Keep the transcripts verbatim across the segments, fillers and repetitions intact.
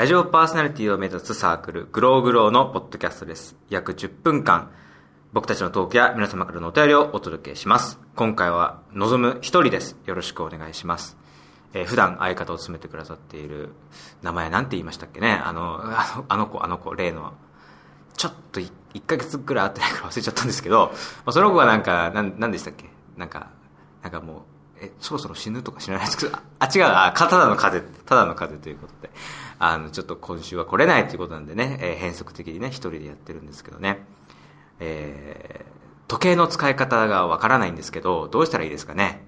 ラジオパーソナリティを目指すサークルグローグローのポッドキャストです。約じゅっぷんかん僕たちのトークや皆様からのお便りをお届けします。今回は望む一人です。よろしくお願いします。えー、普段相方を務めてくださっている名前なんて言いましたっけね。あのあのあの子あの子例のちょっといっかげつくらい会ってないから忘れちゃったんですけど、まあ、その子はなんかなんなんでしたっけ、なんかなんかもうえそろそろ死ぬとか知らないですけど、あ違うあただの風邪ただの風邪ということで、あのちょっと今週は来れないということなんでね、えー、変則的にね一人でやってるんですけどね、えー、時計の使い方がわからないんですけどどうしたらいいですかね。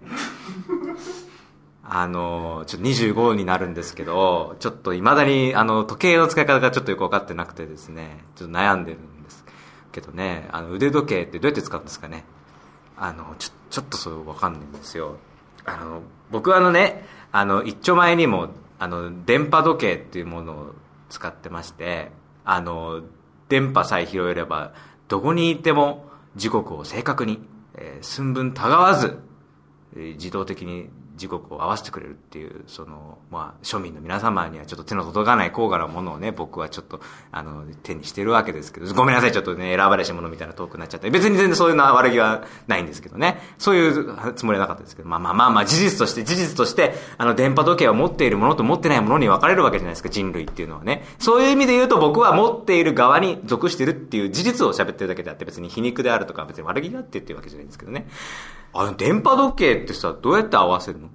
あのちょっとにじゅうごになるんですけど、ちょっと未だにあの時計の使い方がちょっとよく分かってなくてですね、ちょっと悩んでるんですけどね。あの腕時計ってどうやって使うんですかね。あのちょちょっとそう分かんないんですよ。あの僕はあのね、あの一丁前にもあの電波時計っていうものを使ってまして、あの電波さえ拾えればどこにいても時刻を正確に、えー、寸分たがわず、えー、自動的に時刻を合わせてくれるっていう、そのまあ庶民の皆様にはちょっと手の届かない高価なものをね、僕はちょっとあの手にしてるわけですけど、ごめんなさい、ちょっとね選ばれし者みたいなトークになっちゃって、別に全然そういうのは悪気はないんですけどね、そういうつもりはなかったですけど、まあまあまあまあ事実として事実としてあの電波時計を持っているものと持ってないものに分かれるわけじゃないですか、人類っていうのはね。そういう意味で言うと僕は持っている側に属してるっていう事実を喋ってるだけであって、別に皮肉であるとか別に悪気があってっていうわけじゃないんですけどね。あの電波時計ってさ、どうやって合わせるの？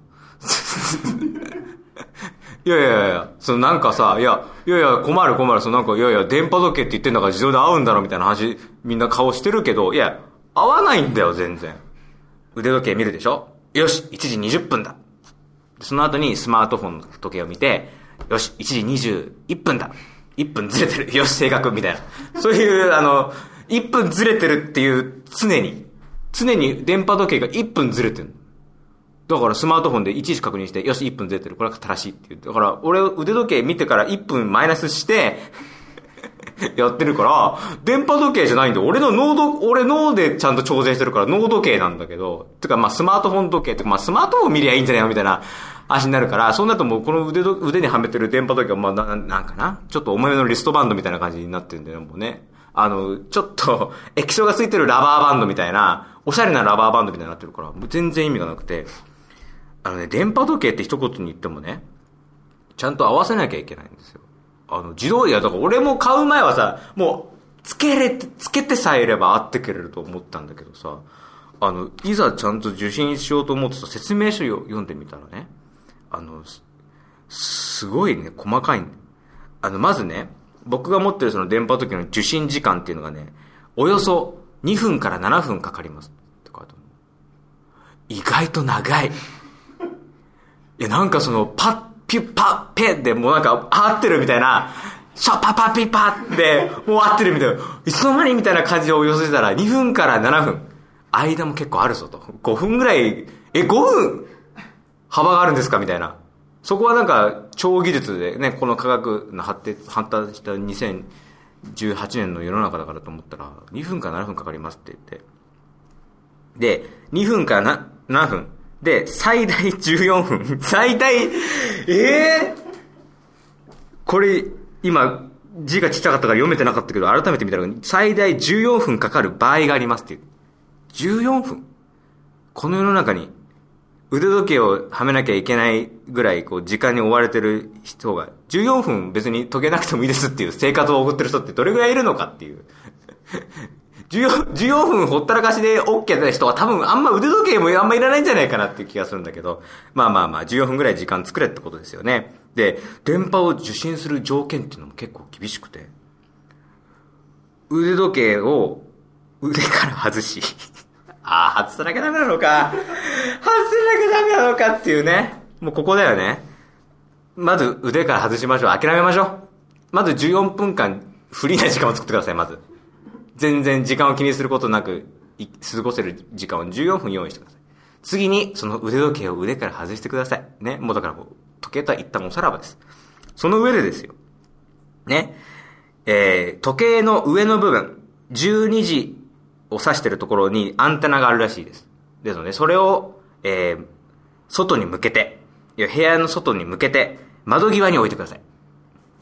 いやいやいや、そのなんかさ、いやいやいや困る困る、そのなんかいやいや電波時計って言ってんだから自動で合うんだろみたいな話みんな顔してるけど、いや合わないんだよ全然。腕時計見るでしょ、よしいちじにじゅっぷんだ。その後にスマートフォンの時計を見て、よしいちじにじゅういっぷんだ、いっぷんずれてる、よし正確みたいな、そういうあのいっぷんずれてるっていう常に常に電波時計がいっぷんずれてる。だからスマートフォンでいちいち確認して、よしいっぷんずれてる、これは正しいっていう。だから俺腕時計見てからいっぷんマイナスしてやってるから、電波時計じゃないんだよ。俺の脳ど俺脳でちゃんと調整してるから脳時計なんだけど、てかまあスマートフォン時計ってかまあスマートフォン見りゃいいんじゃないのみたいな話になるから、そうなるともうこの腕ど腕にはめてる電波時計はまあななんかな、ちょっと重めのリストバンドみたいな感じになってるんだよね、もうね。あのちょっと液晶がついてるラバーバンドみたいな、おしゃれなラバーバンドみたいになってるから、もう全然意味がなくて。あのね、電波時計って一言に言ってもね、ちゃんと合わせなきゃいけないんですよ。あの、自動、いや、だから俺も買う前はさ、もう、つけれて、つけてさえいれば合ってくれると思ったんだけどさ、あの、いざちゃんと受信しようと思ってさ、説明書を読んでみたらね、あの、す、すごいね、細かいんだよ。あの、まずね、僕が持ってるその電波時計の受信時間っていうのがね、およそにふんからななふんかかりますって書いてある。意外と長い。いやなんかそのパッピュッパッペッでもうなんか合ってるみたいな、シャパパピパッでもう合ってるみたいな、いつの間にみたいな感じを寄せてたらにふんからななふん、間も結構あるぞと、ごふんぐらい、えごふん幅があるんですかみたいな。そこはなんか超技術でね、この科学の発展発達したにせんじゅうはちねんの世の中だからと思ったらにふんからななふんかかりますって言って、でにふんからなななふんで最大じゅうよんふん最大ええー、これ今字がちっちゃかったから読めてなかったけど改めて見たら最大じゅうよんふんかかる場合がありますっていう。じゅうよんふん、この世の中に腕時計をはめなきゃいけないぐらいこう時間に追われてる人がじゅうよんふん別に時計なくてもいいですっていう生活を送ってる人ってどれぐらいいるのかっていうじゅうよんふんほったらかしで OK な人は多分あんま腕時計もあんまいらないんじゃないかなっていう気がするんだけど、まあまあまあじゅうよんふんぐらい時間作れってことですよね。で、電波を受信する条件っていうのも結構厳しくて、腕時計を腕から外しああ外さなきゃダメなのか外さなきゃダメなのかっていうね、もうここだよね。まず腕から外しましょう、諦めましょう。まずじゅうよんぷんかんフリーな時間を作ってください。まず全然時間を気にすることなく過ごせる時間をじゅうよんふん用意してください。次にその腕時計を腕から外してくださいね。もうだからもう時計とは一旦おさらばです。その上でですよね、えー、時計の上の部分じゅうにじを指してるところにアンテナがあるらしいです。ですのでそれを、えー、外に向けて、いや部屋の外に向けて窓際に置いてください。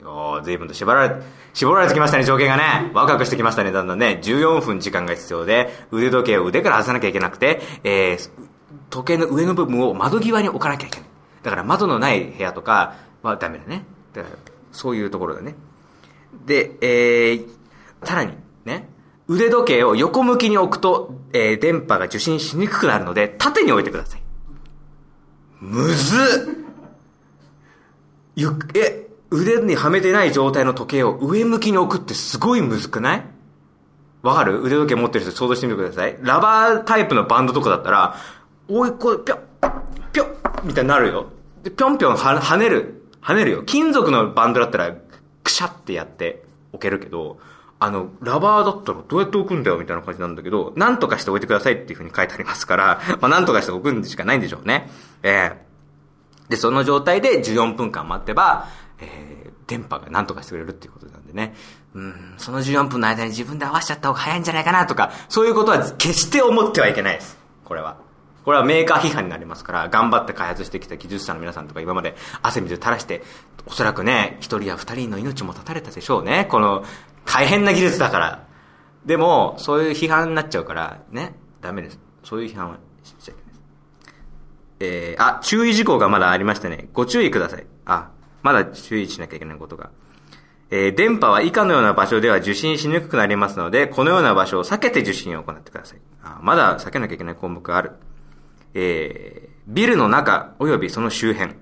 おー、随分と絞られ、絞られてきましたね、条件がね。ワクワクしてきましたね、だんだんね。じゅうよんぷん時間が必要で、腕時計を腕から外さなきゃいけなくて、えー、時計の上の部分を窓際に置かなきゃいけない。だから窓のない部屋とかはダメだね。だからそういうところだね。で、えー、さらにね、腕時計を横向きに置くと、えー、電波が受信しにくくなるので、縦に置いてください。むずっゆえ、腕にはめてない状態の時計を上向きに置くってすごいむずくない？わかる？腕時計持ってる人想像してみてください。ラバータイプのバンドとかだったら、おいこう、ぴょん、ぴょんみたいになるよ。で、ぴょんぴょんは跳ねる。跳ねるよ。金属のバンドだったら、くしゃってやって置けるけど、あの、ラバーだったらどうやって置くんだよみたいな感じなんだけど、なんとかして置いてくださいっていう風に書いてありますから、まあなんとかして置くんしかないんでしょうね。えー、で、その状態でじゅうよんぷんかん待ってば、えー、電波がなんとかしてくれるっていうことなんでね。うん、そのじゅうよんぷんの間に自分で合わせちゃった方が早いんじゃないかなとか、そういうことは決して思ってはいけないです。これは。これはメーカー批判になりますから、頑張って開発してきた技術者の皆さんとか今まで汗水垂らして、おそらくね、一人や二人の命も絶たれたでしょうね。この、大変な技術だから。でも、そういう批判になっちゃうから、ね、ダメです。そういう批判はしちゃいけないです。えー、あ、注意事項がまだありましたね。ご注意ください。あ、まだ注意しなきゃいけないことが。えー、電波は以下のような場所では受信しにくくなりますので、このような場所を避けて受信を行ってください。あ、まだ避けなきゃいけない項目がある。えー、ビルの中及びその周辺。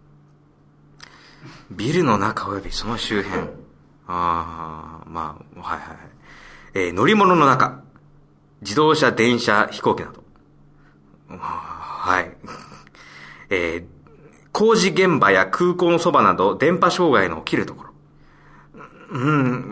ビルの中及びその周辺。ああ、まあ、はいはいはい。えー、乗り物の中。自動車、電車、飛行機など。はい。えー、工事現場や空港のそばなど、電波障害の起きるところ。うん、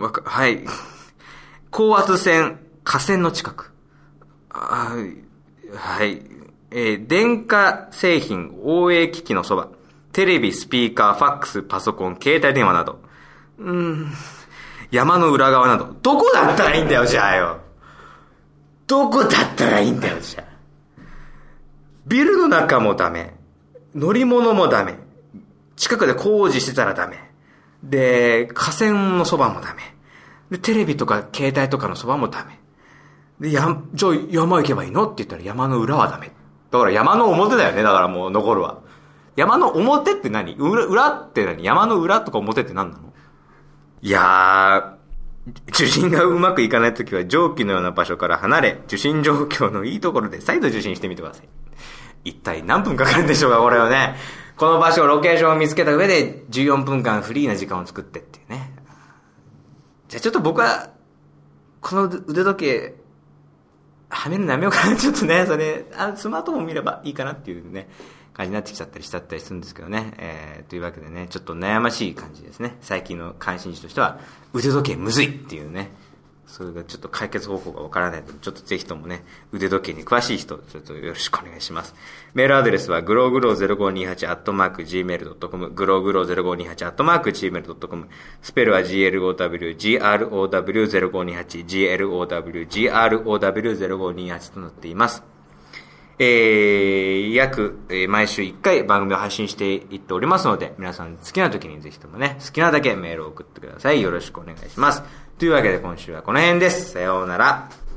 わか、はい。高圧線、架線の近く。あはい。えー、電化製品、応援機器のそば。テレビ、スピーカー、ファックス、パソコン、携帯電話など。うーん。山の裏側など。どこだったらいいんだよ、じゃあよ。どこだったらいいんだよ、じゃあ。ビルの中もダメ。乗り物もダメ。近くで工事してたらダメ。で、河川のそばもダメ。で、テレビとか携帯とかのそばもダメ。で、や、じゃあ山行けばいいのって言ったら山の裏はダメ。だから山の表だよね、だからもう残るは。山の表って何？裏、裏って何？山の裏とか表って何なの？いやー、受信がうまくいかないときは蒸気のような場所から離れ、受信状況のいいところで再度受信してみてください。一体何分かかるんでしょうか、これをね。この場所、ロケーションを見つけた上でじゅうよんぷんかんフリーな時間を作ってっていうね。じゃあちょっと僕は、この腕時計、はめるのやめようかな。ちょっとね、それ、あスマートフォン見ればいいかなっていうね、感じになってきちゃったりしちゃったりするんですけどね。えー、というわけでね、ちょっと悩ましい感じですね。最近の関心事としては、腕時計むずいっていうね。それがちょっと解決方法がわからないので、ちょっとぜひともね、腕時計に詳しい人、ちょっとよろしくお願いします。メールアドレスは、グローグローゼロごにはちアットマークジーメールドットコム、グローグローゼロごにはちアットマークジーメールドットコム、スペルは ジーエルオーダブリュー、ジーアールオーダブリューゼロごにはち、ジーエルオーダブリュー、ジーアールオーダブリューゼロごにはち となっています。えー、約、えー、毎週いっかい番組を配信していっておりますので、皆さん好きな時にぜひともね、好きなだけメールを送ってください。よろしくお願いします。というわけで今週はこの辺です。さようなら。